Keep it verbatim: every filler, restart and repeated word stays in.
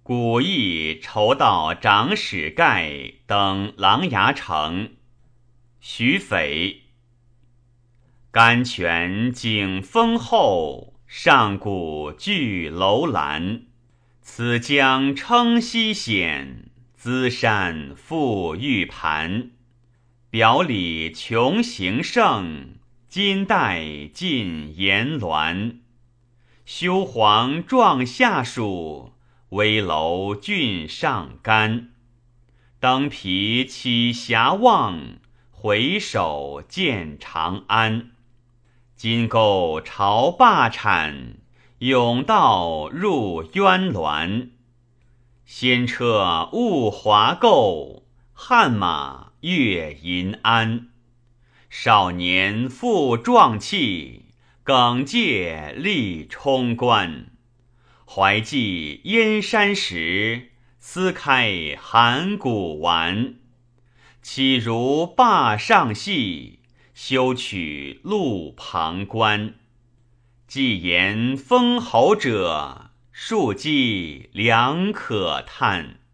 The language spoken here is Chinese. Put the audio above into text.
古意筹到长史盖登琅琊城。徐匪。甘泉景丰厚，上古巨楼兰。此江称溪险，资山复玉盘。表里穷形胜，金带尽岩峦。修黄壮下属，危楼峻上干。登皮起遐望，回首见长安。金钩朝霸产，甬道入渊峦。先车误华构，悍马越银鞍。少年复壮气，耿介立冲冠。怀寄燕山时，思开函谷丸。岂如霸上戏，休取路旁观。既言封侯者，庶几良可叹。